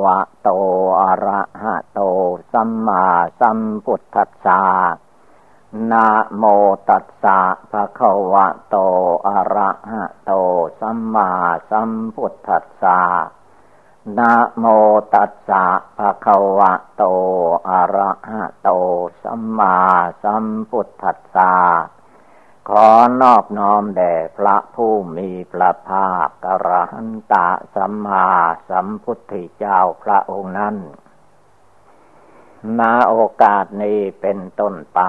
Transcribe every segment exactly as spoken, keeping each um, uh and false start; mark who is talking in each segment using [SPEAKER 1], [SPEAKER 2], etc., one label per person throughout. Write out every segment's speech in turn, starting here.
[SPEAKER 1] วะโตอะระหะโตสัมมาสัมพุทธัสสะนะโมตัสสะภะคะวะโตอะระหะโตสัมมาสัมพุทธัสสะนะโมตัสสะภะคะวะโตอะระหะโตสัมมาสัมพุทธัสสะขอนอบน้อมแด่พระผู้มีพระภาคอรหันตสัมมาสัมพุทธเจ้าพระองค์นั้นณโอกาสนี้เป็นต้นไป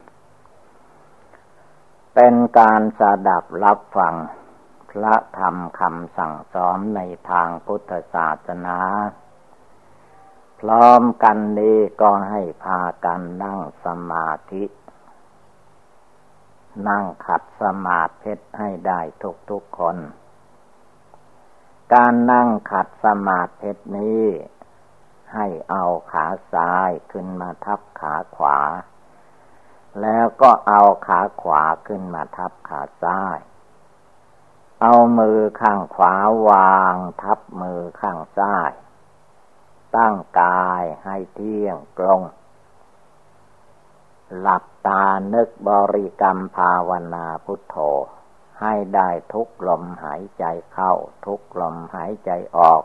[SPEAKER 1] เป็นการสดับรับฟังพระธรรมคำสั่งสอนในทางพุทธศาสนาพร้อมกันนี้ก็ให้พากันนั่งสมาธินั่งขัดสมาธิให้ได้ทุกๆคนการนั่งขัดสมาธินี้ให้เอาขาซ้ายขึ้นมาทับขาขวาแล้วก็เอาขาขวาขึ้นมาทับขาซ้ายเอามือข้างขวาวางทับมือข้างซ้ายตั้งกายให้เที่ยงตรงหลับตานึกบริกรรมภาวนาพุทโธให้ได้ทุกลมหายใจเข้าทุกลมหายใจออก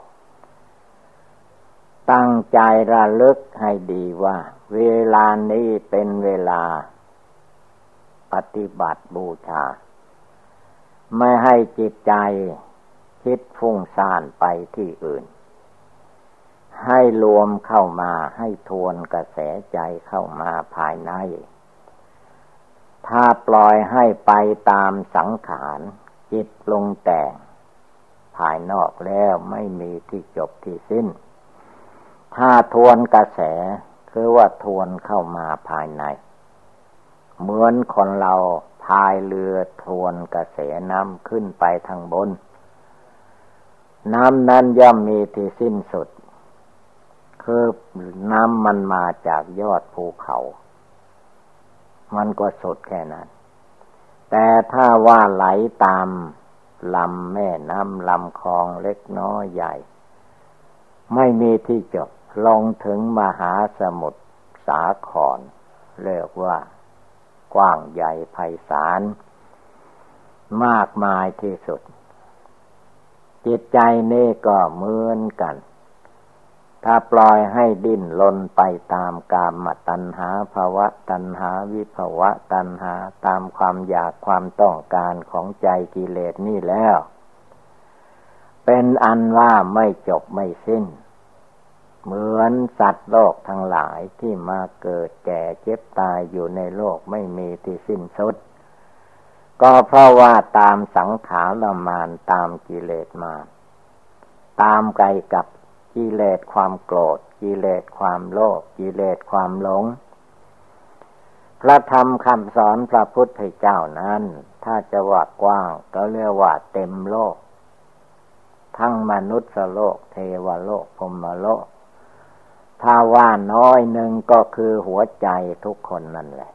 [SPEAKER 1] ตั้งใจระลึกให้ดีว่าเวลานี้เป็นเวลาปฏิบัติบูชาไม่ให้จิตใจคิดฟุ้งซ่านไปที่อื่นให้รวมเข้ามาให้ทวนกระแสใจเข้ามาภายในถ้าปล่อยให้ไปตามสังขารจิตปรุงแต่งภายนอกแล้วไม่มีที่จบที่สิ้นถ้าทวนกระแสคือว่าทวนเข้ามาภายในเหมือนคนเราพายเรือทวนกระแสน้ำขึ้นไปทางบนน้ำนั้นย่อมมีที่สิ้นสุดคือน้ำมันมาจากยอดภูเขามันก็สุดแค่นั้นแต่ถ้าว่าไหลตามลำแม่น้ำลำคลองเล็กน้อยใหญ่ไม่มีที่จบลงถึงมหาสมุทรสาครเรียกว่ากว้างใหญ่ไพศาลมากมายที่สุดจิตใจนี่ก็เหมือนกันถ้าปล่อยให้ดิ้นรนไปตามกามตัณหาภวตัณหาวิภวตัณหาตามความอยากความต้องการของใจกิเลสนี่แล้วเป็นอันว่าไม่จบไม่สิ้นเหมือนสัตว์โลกทั้งหลายที่มาเกิดแก่เจ็บตายอยู่ในโลกไม่มีที่สิ้นสุดก็เพราะว่าตามสังขารมารตามกิเลสมาตามไกลกับกิเลสความโกรธกิเลสความโลภกิเลสความหลงพระธรรมคำสอนพระพุทธเจ้านั้นถ้าจะว่ากว้างก็เรียกว่าเต็มโลกทั้งมนุษย์โลกเทวโลกพรหมโลกถ้าว่าน้อยหนึ่งก็คือหัวใจทุกคนนั่นแหละ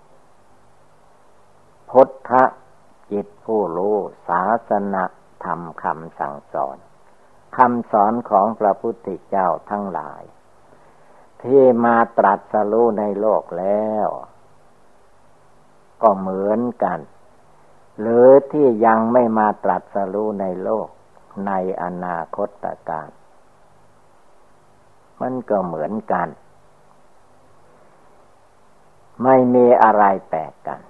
[SPEAKER 1] พุทธจิตผู้รู้ศาสนาธรรมคำสั่งสอนคำสอนของพระพุทธเจ้าทั้งหลายที่มาตรัสรู้ในโลกแล้วก็เหมือนกันหรือที่ยังไม่มาตรัสรู้ในโลกในอนาคตการมันก็เหมือนกันไม่มีอะไรแปลกกัน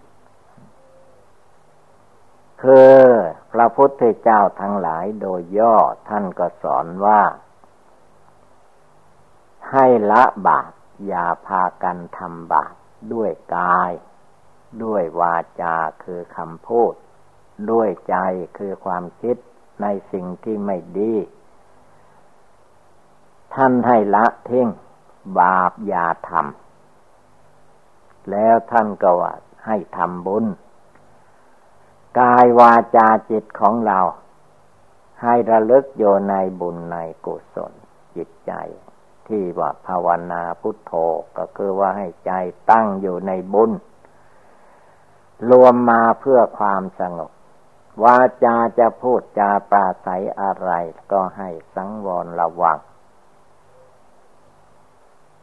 [SPEAKER 1] คือพระพุทธเจ้าทั้งหลายโดยย่อท่านก็สอนว่าให้ละบาปอย่าพากันทำบาปด้วยกายด้วยวาจาคือคำพูดด้วยใจคือความคิดในสิ่งที่ไม่ดีท่านให้ละทิ้งบาปอย่าทำแล้วท่านก็ว่าให้ทำบุญกายวาจาจิตของเราให้ระลึกอยู่ในบุญในกุศลจิตใจที่ว่าภาวนาพุทโธก็คือว่าให้ใจตั้งอยู่ในบุญรวมมาเพื่อความสงบวาจาจะพูดจาปราศัยอะไรก็ให้สังวรระวัง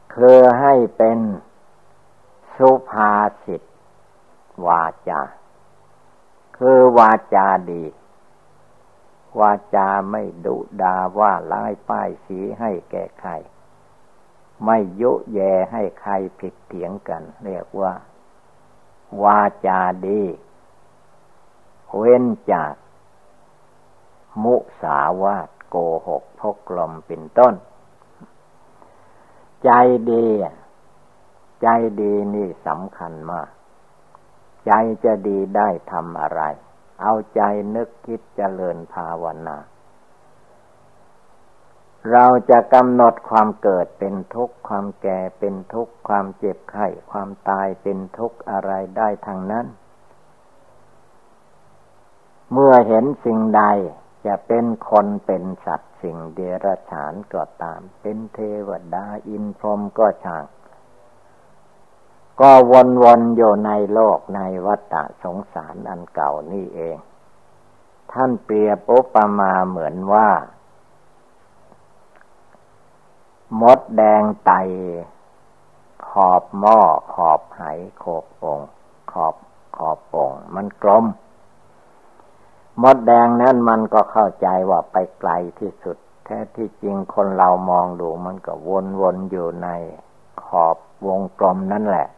[SPEAKER 1] คือให้เป็นสุภาษิตวาจาคือวาจาดีวาจาไม่ดุดาว่าร้ายป้ายสีให้แก่ใครไม่ยุแยให้ใครผิดเถียงกันเรียกว่าวาจาดีเว้นจากมุสาวาทโกหกพกลมเป็นต้นใจดีใจดีนี่สำคัญมากใจจะดีได้ทำอะไรเอาใจนึกคิดเจริญภาวนาเราจะกำหนดความเกิดเป็นทุกข์ความแก่เป็นทุกข์ความเจ็บไข้ความตายเป็นทุกข์อะไรได้ทั้งนั้นเมื่อเห็นสิ่งใดจะเป็นคนเป็นสัตว์สิ่งเดรัจฉานก็ตามเป็นเทวดาอินทร์พรหมก็ช่างก็วนๆอยู่ในโลกในวัฏสงสารอันเก่านี่เองท่านเปรียบอุปมาเหมือนว่ามดแดงไต่ขอบหม้อขอบไหขอบโอ่งขอบขอบโอ่งมันกลมมดแดงนั้นมันก็เข้าใจว่าไปไกลที่สุดแท้ที่จริงคนเรามองดูมันก็วนๆอยู่ในขอบวงกลมนั่นแหละ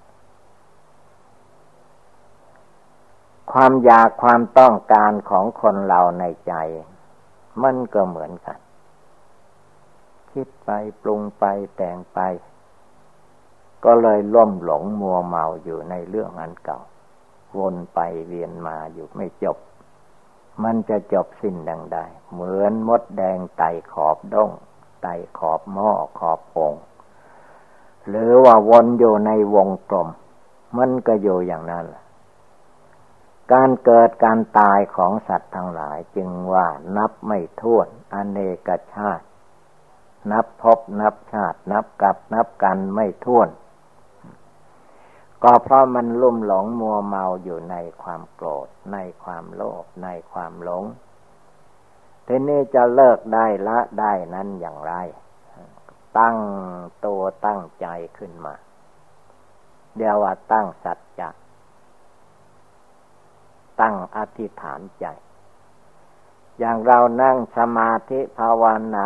[SPEAKER 1] ความอยากความต้องการของคนเราในใจมันก็เหมือนกันคิดไปปรุงไปแต่งไปก็เลยล่มหลงมัวเมาอยู่ในเรื่องอันเก่าวนไปเวียนมาอยู่ไม่จบมันจะจบสิ้นดังใดเหมือนมดแดงไต่ขอบด้งไต่ขอบหม้อขอบโป่งหรือว่าวนอยู่ในวงกลมมันก็อยู่อย่างนั้นแหละการเกิดการตายของสัตว์ทั้งหลายจึงว่านับไม่ถ้วนอเนกชาตินับพบนับชาตินับกับนับกันไม่ถ้วนก็เพราะมันลุ่มหลงมัวเมาอยู่ในความโกรธในความโลภในความหลงทีนี้จะเลิกได้ละได้นั้นอย่างไรตั้งตัวตั้งใจขึ้นมาเดี๋ยวว่าตั้งสัจจะตั้งอธิษฐานใจอย่างเรานั่งสมาธิภาวนา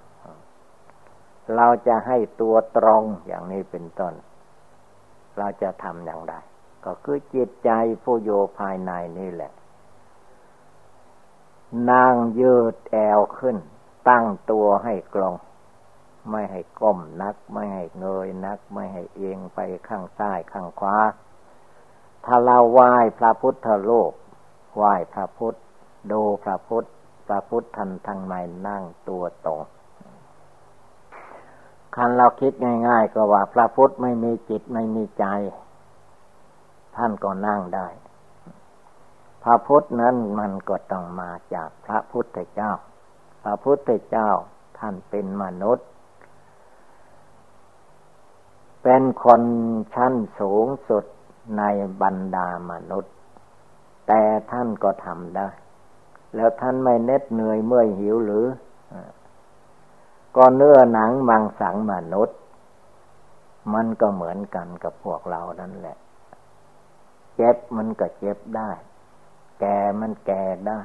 [SPEAKER 1] เราจะให้ตัวตรงอย่างนี้เป็นต้นเราจะทำอย่างไรก็คือจิตใจผู้โยภายในนี่แหละนั่งยืดแอวขึ้นตั้งตัวให้ตรงไม่ให้ก้มนักไม่ให้เงยนักไม่ให้เอียงไปข้างซ้ายข้างขวาถ้าเราไหว้พระพุทธรูปไหว้พระพุทธดูพระพุทธพระพุทธท่านทั้งในนั่งตัวตรงคันเราคิดง่ายๆก็ว่าพระพุทธไม่มีจิตไม่มีใจท่านก็นั่งได้พระพุทธนั้นมันก็ต้องมาจากพระพุทธเจ้าพระพุทธเจ้าท่านเป็นมนุษย์เป็นคนชั้นสูงสุดในบรรดามนุษย์แต่ท่านก็ทำได้แล้วท่านไม่เหน็ดเหนื่อยเมื่อยหิวหรือก็เนื้อหนังมังสังมนุษย์มันก็เหมือนกันกับพวกเรานั่นแหละเจ็บมันก็เจ็บได้แก่มันแก่ได้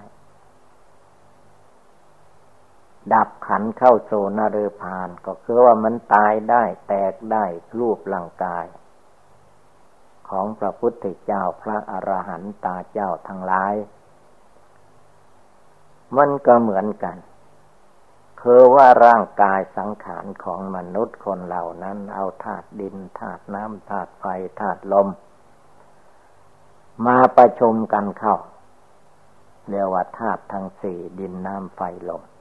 [SPEAKER 1] ดับขันเข้าโซนฤพานก็คือว่ามันตายได้แตกได้รูปร่างกายของพระพุทธเจ้าพระอรหันตาเจ้าทั้งหลายมันก็เหมือนกันคือว่าร่างกายสังขารของมนุษย์คนเหล่านั้นเอาธาตุดินธาตุน้ำธาตุไฟธาตุลมมาประชุมกันเข้าเรียกว่าธาตุทั้งสี่ดินน้ำไฟลม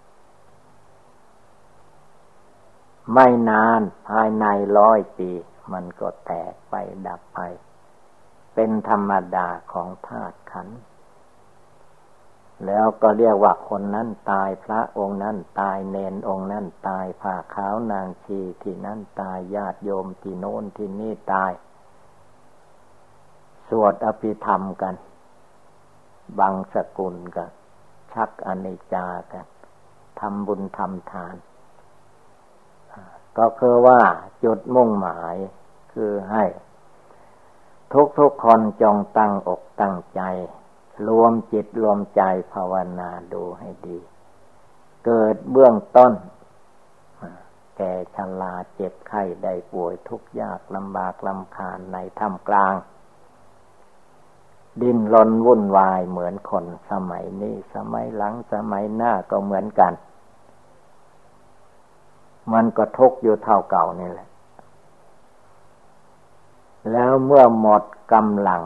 [SPEAKER 1] ไม่นานภายในร้อยปีมันก็แตกไปดับไปเป็นธรรมดาของธาตุขันธ์แล้วก็เรียกว่าคนนั้นตายพระองค์นั้นตายเนนองค์นั้นตายผ้าขาวนางชีที่นั้นตายญาติโยมที่โน้นที่นี่ตายสวดอภิธรรมกันบังสกุลกันชักอนิจจากันทำบุญทำทานก็คือว่าจุดมุ่งหมายคือให้ทุกๆคนจงตั้งอกตั้งใจรวมจิตรวมใจภาวนาดูให้ดีเกิดเบื้องต้นแก่ชราเจ็บไข้ได้ป่วยทุกข์ยากลำบากลำคาญในท่ามกลางดิ้นรนวุ่นวายเหมือนคนสมัยนี้สมัยหลังสมัยหน้าก็เหมือนกันมันก็ทุกข์อยู่เท่าเก่านี่แหละแล้วเมื่อหมดกำลัง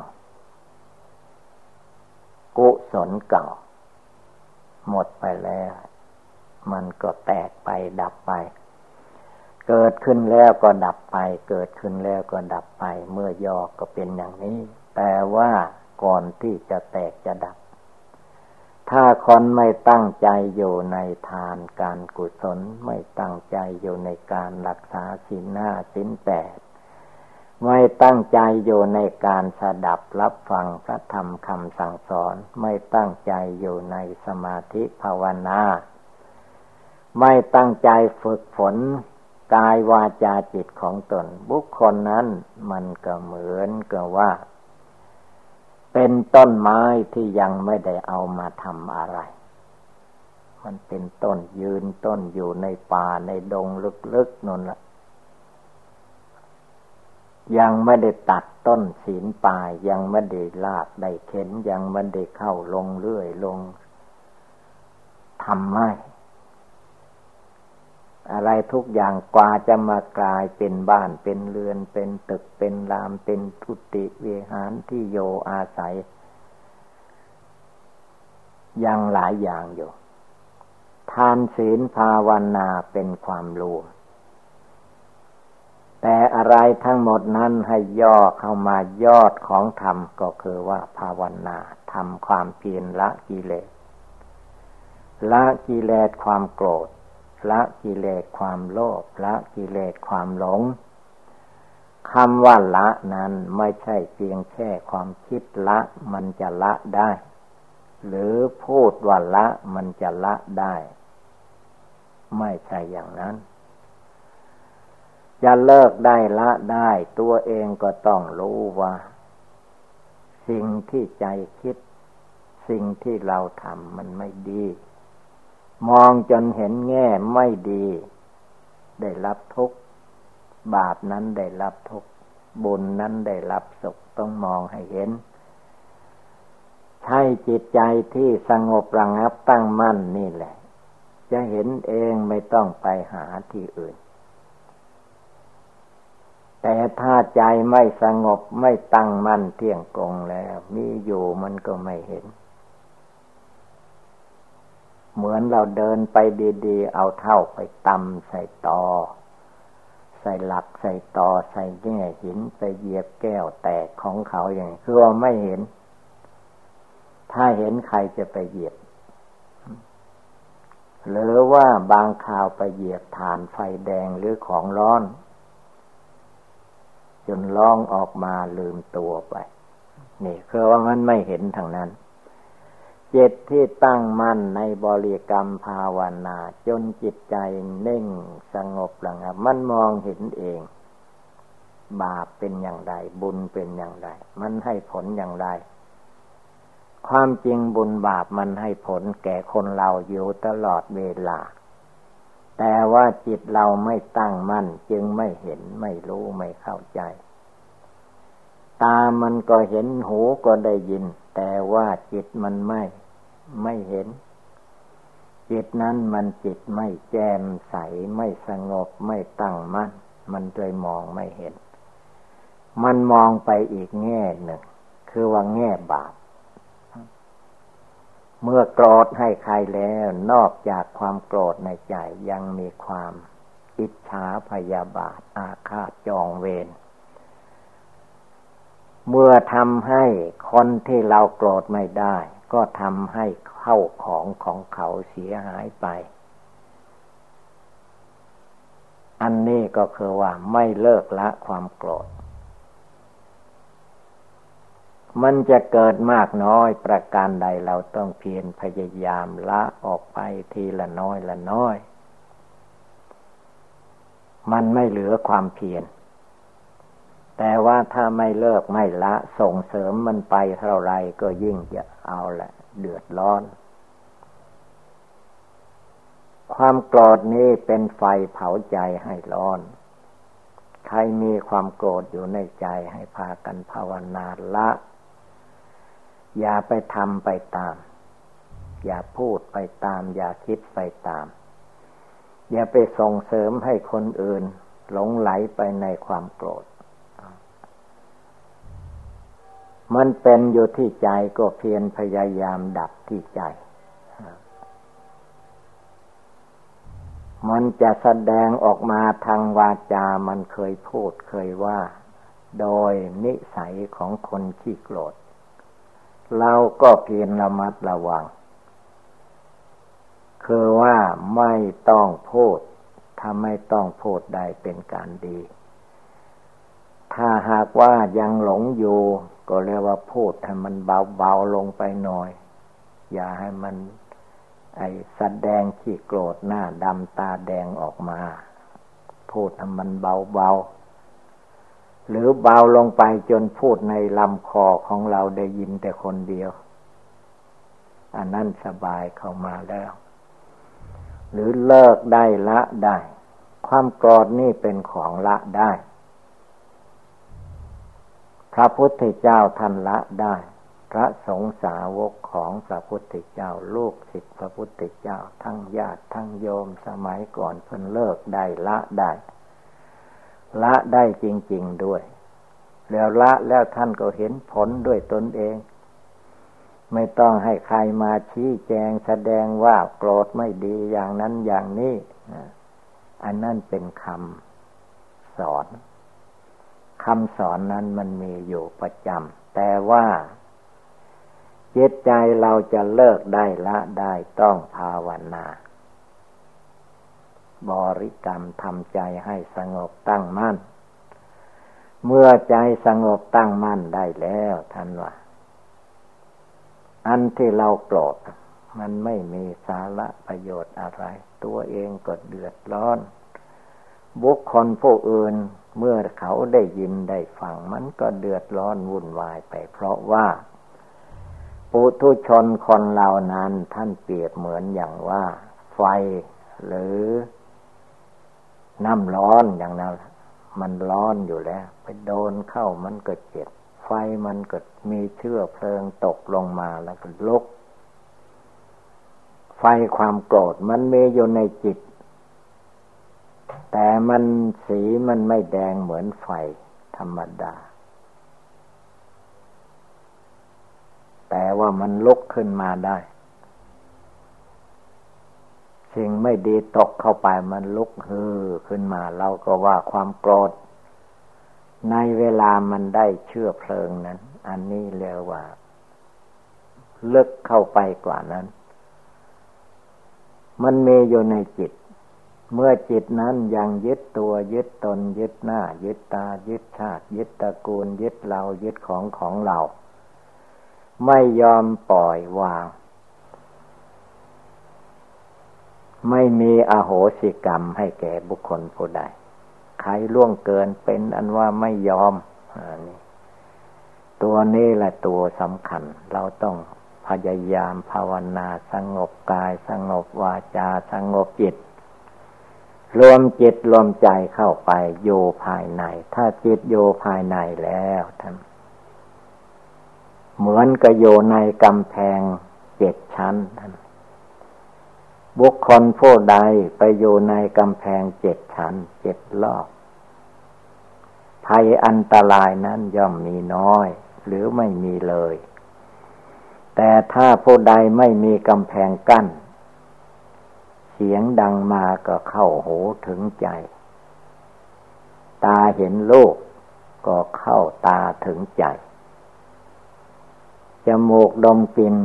[SPEAKER 1] กุศลเก่าหมดไปแล้วมันก็แตกไปดับไปเกิดขึ้นแล้วก็ดับไปเกิดขึ้นแล้วก็ดับไปเมื่อย่อก็เป็นอย่างนี้แต่ว่าก่อนที่จะแตกจะดับถ้าคนไม่ตั้งใจอยู่ในทานการกุศลไม่ตั้งใจอยู่ในการรักษาศีลห้าศีลแปดไม่ตั้งใจอยู่ในการสดับรับฟังพระธรรมคำสั่งสอนไม่ตั้งใจอยู่ในสมาธิภาวนาไม่ตั้งใจฝึกฝนกายวาจาจิตของตนบุคคลนั้นมันก็เหมือนกับว่าเป็นต้นไม้ที่ยังไม่ได้เอามาทำอะไรมันเป็นต้นยืนต้นอยู่ในป่าในดงลึกๆนั่นแหละยังไม่ได้ตัดต้นศีลป่ายังไม่ได้ลากได้เข็นยังไม่ได้เข้าลงเรื่อยลงทำไม่อะไรทุกอย่างกว่าจะมากลายเป็นบ้านเป็นเรือนเป็นตึกเป็นรามเป็นกุฏิวิหารที่โยอาศัยยังหลายอย่างอยู่ทานศีลภาวนาเป็นความรู้แต่อะไรทั้งหมดนั้นให้ย่อเข้ามายอดของธรรมก็คือว่าภาวนาทำความเพียรละกิเลสละกิเลสความโกรธละกิเลสความโลภละกิเลสความหลงคำว่าละนั้นไม่ใช่เพียงแค่ความคิดละมันจะละได้หรือพูดว่าละมันจะละได้ไม่ใช่อย่างนั้นจะเลิกได้ละได้ตัวเองก็ต้องรู้ว่าสิ่งที่ใจคิดสิ่งที่เราทำมันไม่ดีมองจนเห็นแง่ไม่ดีได้รับทุกข์บาปนั้นได้รับทุกข์บุญนั้นได้รับสุขต้องมองให้เห็นใช่จิตใจที่สงบระงับตั้งมั่นนี่แหละจะเห็นเองไม่ต้องไปหาที่อื่นแต่ถ้าใจไม่สงบไม่ตั้งมั่นเที่ยงตรงแล้วมีอยู่มันก็ไม่เห็นเหมือนเราเดินไปดีๆเอาเท้าไปตำใส่ตอใส่หลักใส่ตอใส่แง่หินไปเหยียบแก้วแตกของเขาอย่างนี้คือว่าไม่เห็นถ้าเห็นใครจะไปเหยียบหรือว่าบางคราวไปเหยียบถ่านไฟแดงหรือของร้อนจนร้องออกมาลืมตัวไปนี่คือว่ามันไม่เห็นทางนั้นจิตที่ตั้งมั่นในบริกรรมภาวนาจนจิตใจนิ่งสงบระงับมันมองเห็นเองบาปเป็นอย่างไรบุญเป็นอย่างไรมันให้ผลอย่างไรความจริงบุญบาปมันให้ผลแก่คนเราอยู่ตลอดเวลาแต่ว่าจิตเราไม่ตั้งมั่นจึงไม่เห็นไม่รู้ไม่เข้าใจตามันก็เห็นหูก็ได้ยินแต่ว่าจิตมันไม่ไม่เห็นจิตนั้นมันจิตไม่แจ่มใสไม่สงบไม่ตั้งมั่นมันเลยมองไม่เห็นมันมองไปอีกแง่หนึ่งคือว่าแง่บาปเมื่อโกรธให้ใครแล้วนอกจากความโกรธในใจยังมีความอิจฉาพยาบาทอาฆาตจองเวรเมื่อทำให้คนที่เราโกรธไม่ได้ก็ทำให้เข้าของของเขาเสียหายไปอันนี้ก็คือว่าไม่เลิกละความโกรธมันจะเกิดมากน้อยประการใดเราต้องเพียรพยายามละออกไปทีละน้อยละน้อยมันไม่เหลือความเพียรแต่ว่าถ้าไม่เลิกไม่ละส่งเสริมมันไปเท่าไรก็ยิ่งจะเอาแหละเดือดร้อนความโกรธนี้เป็นไฟเผาใจให้ร้อนใครมีความโกรธอยู่ในใจให้พากันภาวนาละอย่าไปทำไปตามอย่าพูดไปตามอย่าคิดไปตามอย่าไปส่งเสริมให้คนอื่นหลงไหลไปในความโกรธมันเป็นอยู่ที่ใจก็เพียรพยายามดับที่ใจมันจะแสดงออกมาทางวาจามันเคยพูดเคยว่าโดยนิสัยของคนขี้โกรธเราก็เพียรระมัดระวังคือว่าไม่ต้องพูดถ้าไม่ต้องพูดได้เป็นการดีถ้าหากว่ายังหลงอยู่ก็เรียกว่าพูดให้มันเบาๆลงไปหน่อยอย่าให้มันไอ้แสดงขี้โกรธหน้าดำตาแดงออกมาพูดให้มันเบาๆหรือเบาลงไปจนพูดในลำคอของเราได้ยินแต่คนเดียวอันนั้นสบายเข้ามาแล้วหรือเลิกได้ละได้ความโกรธนี่เป็นของละได้พระพุทธเจ้าท่านละได้พระสงฆ์สาวกของพระพุทธเจ้าลูกศิษย์พระพุทธเจ้าทั้งญาติทั้งโยมสมัยก่อนเพิ่นเลิกได้ละได้ละได้จริงๆด้วยแล้วละแล้วท่านก็เห็นผลด้วยตนเองไม่ต้องให้ใครมาชี้แจงแสดงว่าโกรธไม่ดีอย่างนั้นอย่างนี้อันนั้นเป็นคำสอนคำสอนนั้นมันมีอยู่ประจำแต่ว่าจิตใจเราจะเลิกได้ละได้ต้องภาวนาบริกรรมทำใจให้สงบตั้งมั่นเมื่อใจสงบตั้งมั่นได้แล้วท่านว่าอันที่เราโกรธมันไม่มีสาระประโยชน์อะไรตัวเองก็เดือดร้อนบุคคลผู้อื่นเมื่อเขาได้ยินได้ฟังมันก็เดือดร้อนวุ่นวายไปเพราะว่าปุถุชนคนเหล่านั้นท่านเปรียบเหมือนอย่างว่าไฟหรือน้ำร้อนอย่างนั้นมันร้อนอยู่แล้วไปโดนเข้ามันก็เจ็บไฟมันก็มีเชื้อเพลิงตกลงมาแล้วก็ลุกไฟความโกรธมันมีอยู่ในจิตแต่มันสีมันไม่แดงเหมือนไฟธรรมดาแต่ว่ามันลุกขึ้นมาได้สิ่งไม่ดีตกเข้าไปมันลุกฮือขึ้นมาเราก็ว่าความโกรธในเวลามันได้เชื้อเพลิงนั้นอันนี้เรียกว่าลึกเข้าไปกว่านั้นมันมีอยู่ในจิตเมื่อจิตนั้นยังยึดตัวยึดตนยึดหน้ายึดตายึดชาติยึดตระกูลยึดเรายึดของของเราไม่ยอมปล่อยวางไม่มีอโหสิกรรมให้แก่บุคคลผู้ใดใครล่วงเกินเป็นอันว่าไม่ยอมอันนี้ตัวนี้แหละตัวสำคัญเราต้องพยายามภาวนาสงบกายสงบวาจาสงบจิตรวมจิตรวมใจเข้าไปอยู่ภายในถ้าจิตอยู่ภายในแล้วท่านเหมือนกับอยู่ในกำแพงเจ็ดชั้นท่านบุคคลผู้ใดไปอยู่ในกำแพงเจ็ดชั้นเจ็ดรอบภัยอันตรายนั้นย่อมมีน้อยหรือไม่มีเลยแต่ถ้าผู้ใดไม่มีกำแพงกั้นเสียงดังมาก็เข้าหูถึงใจตาเห็นรูปก็เข้าตาถึงใจจมูกดมกลิ่น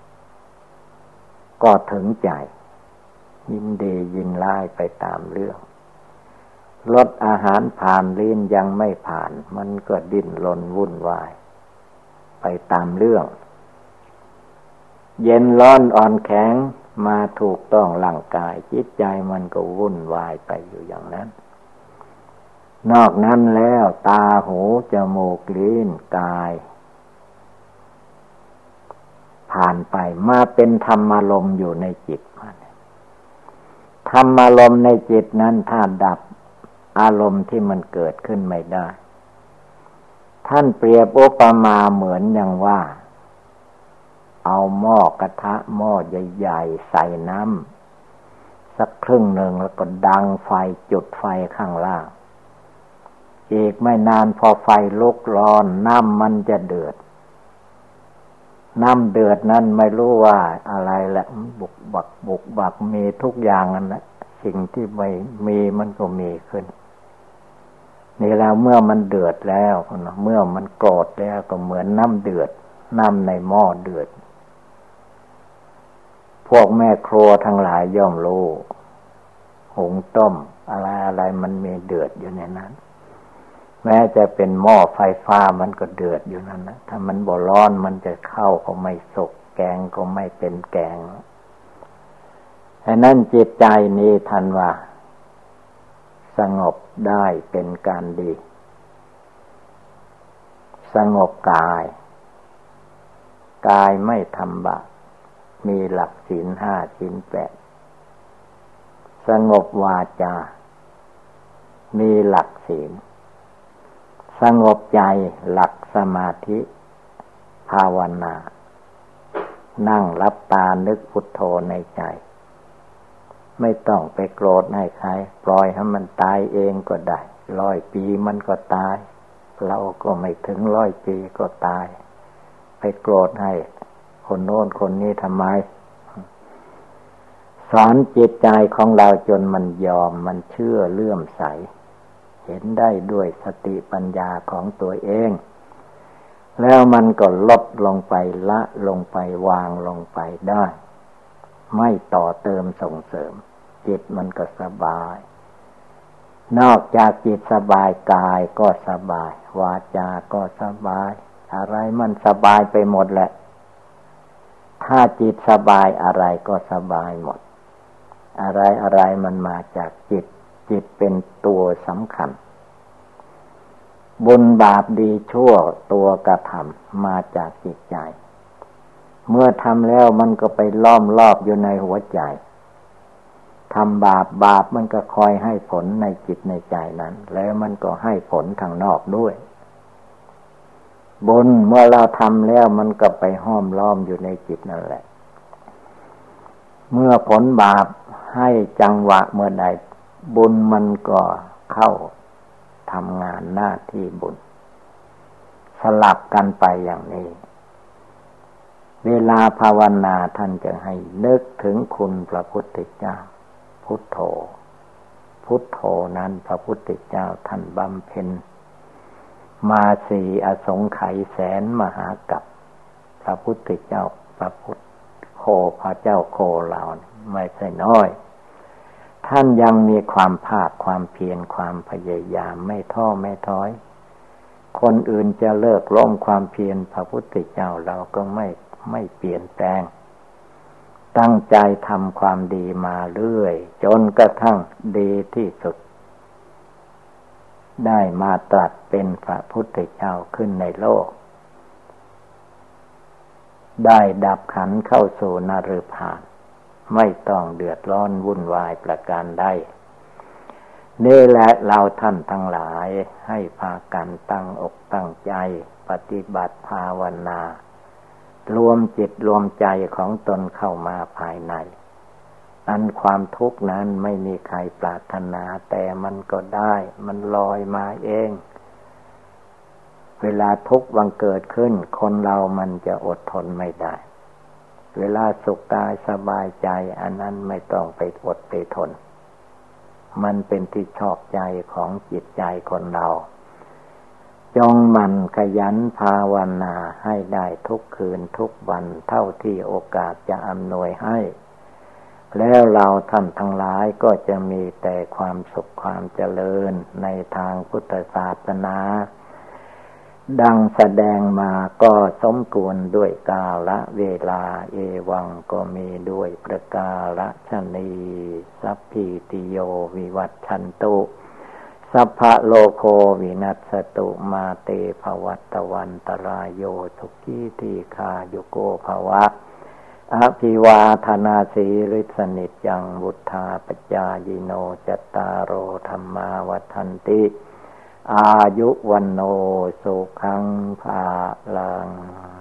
[SPEAKER 1] ก็ถึงใจยินดียินร้ายไปตามเรื่องรสอาหารผ่านลิ้นยังไม่ผ่านมันก็ดิ้นรนวุ่นวายไปตามเรื่องเย็นร้อนอ่อนแข็งมาถูกต้องร่างกายจิตใจมันก็วุ่นวายไปอยู่อย่างนั้นนอกนั้นแล้วตาหูจมูกลิ้นกายผ่านไปมาเป็นธรรมารมณ์อยู่ในจิตธรรมารมณ์ในจิตนั้นถ้าดับอารมณ์ที่มันเกิดขึ้นไม่ได้ท่านเปรียบอุปมาเหมือนอย่างว่าเอาหม้อกระทะหม้อใหญ่ๆใส่น้ำสักครึ่งหนึ่งแล้วก็ดังไฟจุดไฟข้างล่างอีกไม่นานพอไฟลุกร้อนน้ำมันจะเดือดน้ำเดือดนั้นไม่รู้ว่าอะไรแหละบุกบักบุกบักมีทุกอย่างนั่นแหละสิ่งที่ไม่มีมันก็มีขึ้นนี่แล้วเมื่อมันเดือดแล้วเมื่อมันโกรธแล้วก็เหมือนน้ำเดือดน้ำในหม้อเดือดพวกแม่ครัวทั้งหลายย่อมรู้หุงต้มอะไรอะไรมันมีเดือดอยู่ในนั้นแม้จะเป็นหม้อไฟฟ้ามันก็เดือดอยู่นั่นนะถ้ามันบ่ร้อนมันจะเข้าก็ไม่สุกแกงก็ไม่เป็นแกงฉะนั้นจิตใจนี้ท่านว่าสงบได้เป็นการดีสงบกายกายไม่ทำบาปมีหลักศีลห้าศีลแปดสงบวาจามีหลักศีลสงบใจหลักสมาธิภาวนานั่งรับตานึกพุทโธในใจไม่ต้องไปโกรธให้ใครปล่อยให้มันตายเองก็ได้ร้อยปีมันก็ตายเราก็ไม่ถึงร้อยปีก็ตายไปโกรธให้คนโน้นคนนี้ทำไมสอนจิตใจของเราจนมันยอมมันเชื่อเลื่อมใสเห็นได้ด้วยสติปัญญาของตัวเองแล้วมันก็ลดลงไปละลงไปวางลงไปได้ไม่ต่อเติมส่งเสริมจิตมันก็สบายนอกจากจิตสบายกายก็สบายวาจาก็สบายอะไรมันสบายไปหมดแหละถ้าจิตสบายอะไรก็สบายหมดอะไรอะไรมันมาจากจิตจิตเป็นตัวสำคัญบุญบาปดีชั่วตัวกระทำมาจากจิตใจเมื่อทำแล้วมันก็ไปล้อมรอบอยู่ในหัวใจทำบาปบาปมันก็คอยให้ผลในจิตในใจนั้นแล้วมันก็ให้ผลทางนอกด้วยบุญเมื่อเราทำแล้วมันก็ไปห้อมล้อมอยู่ในจิตนั่นแหละเมื่อผลบาปให้จังหวะเมื่อใดบุญมันก็เข้าทำงานหน้าที่บุญสลับกันไปอย่างนี้เวลาภาวนาท่านจะให้นึกถึงคุณพระพุทธเจ้าพุทโธพุทโธนั้นพระพุทธเจ้าท่านบำเพ็ญมาสีอสงไขยแสนมหากัปพระพุทธเจ้าพระพุทธโคพระเจ้าโคเราไม่ใช่น้อยท่านยังมีความภาคความเพียรความพยายามไม่ท้อไม่ถอยคนอื่นจะเลิกล้มความเพียรพระพุทธเจ้าเราก็ไม่ไม่เปลี่ยนแปลงตั้งใจทำความดีมาเรื่อยจนกระทั่งดีที่สุดได้มาตรัสเป็นพระพุทธเจ้าขึ้นในโลกได้ดับขันธ์เข้าสู่นฤพานไม่ต้องเดือดร้อนวุ่นวายประการใดนี่แหละเราท่านทั้งหลายให้พากันตั้งอกตั้งใจปฏิบัติภาวนารวมจิตรวมใจของตนเข้ามาภายในอันความทุกข์นั้นไม่มีใครปรารถนาแต่มันก็ได้มันลอยมาเองเวลาทุกข์บังเกิดขึ้นคนเรามันจะอดทนไม่ได้เวลาสุขกายสบายใจอันนั้นไม่ต้องไปอดไปทนมันเป็นที่ชอบใจของจิตใจคนเราจงหมั่นขยันภาวนาให้ได้ทุกคืนทุกวันเท่าที่โอกาสจะอำนวยให้แล้วเราท่านทั้งหลายก็จะมีแต่ความสุขความเจริญในทางพุทธศาสนาดังแสดงมาก็สมควรด้วยกาลเวลาเอวังก็มีด้วยประกาศชนีสัพพิติโยวิวัชชันตุสัพพะโลโควินัสตุมาเตภวัตวันตรายโยสุขีทีคายุโกภวะอภิวาทนาสีริสนิจจังวุธาปจายิโนจตารโอธรรมาวัฏันติอายุวันโนสุขังภาลัง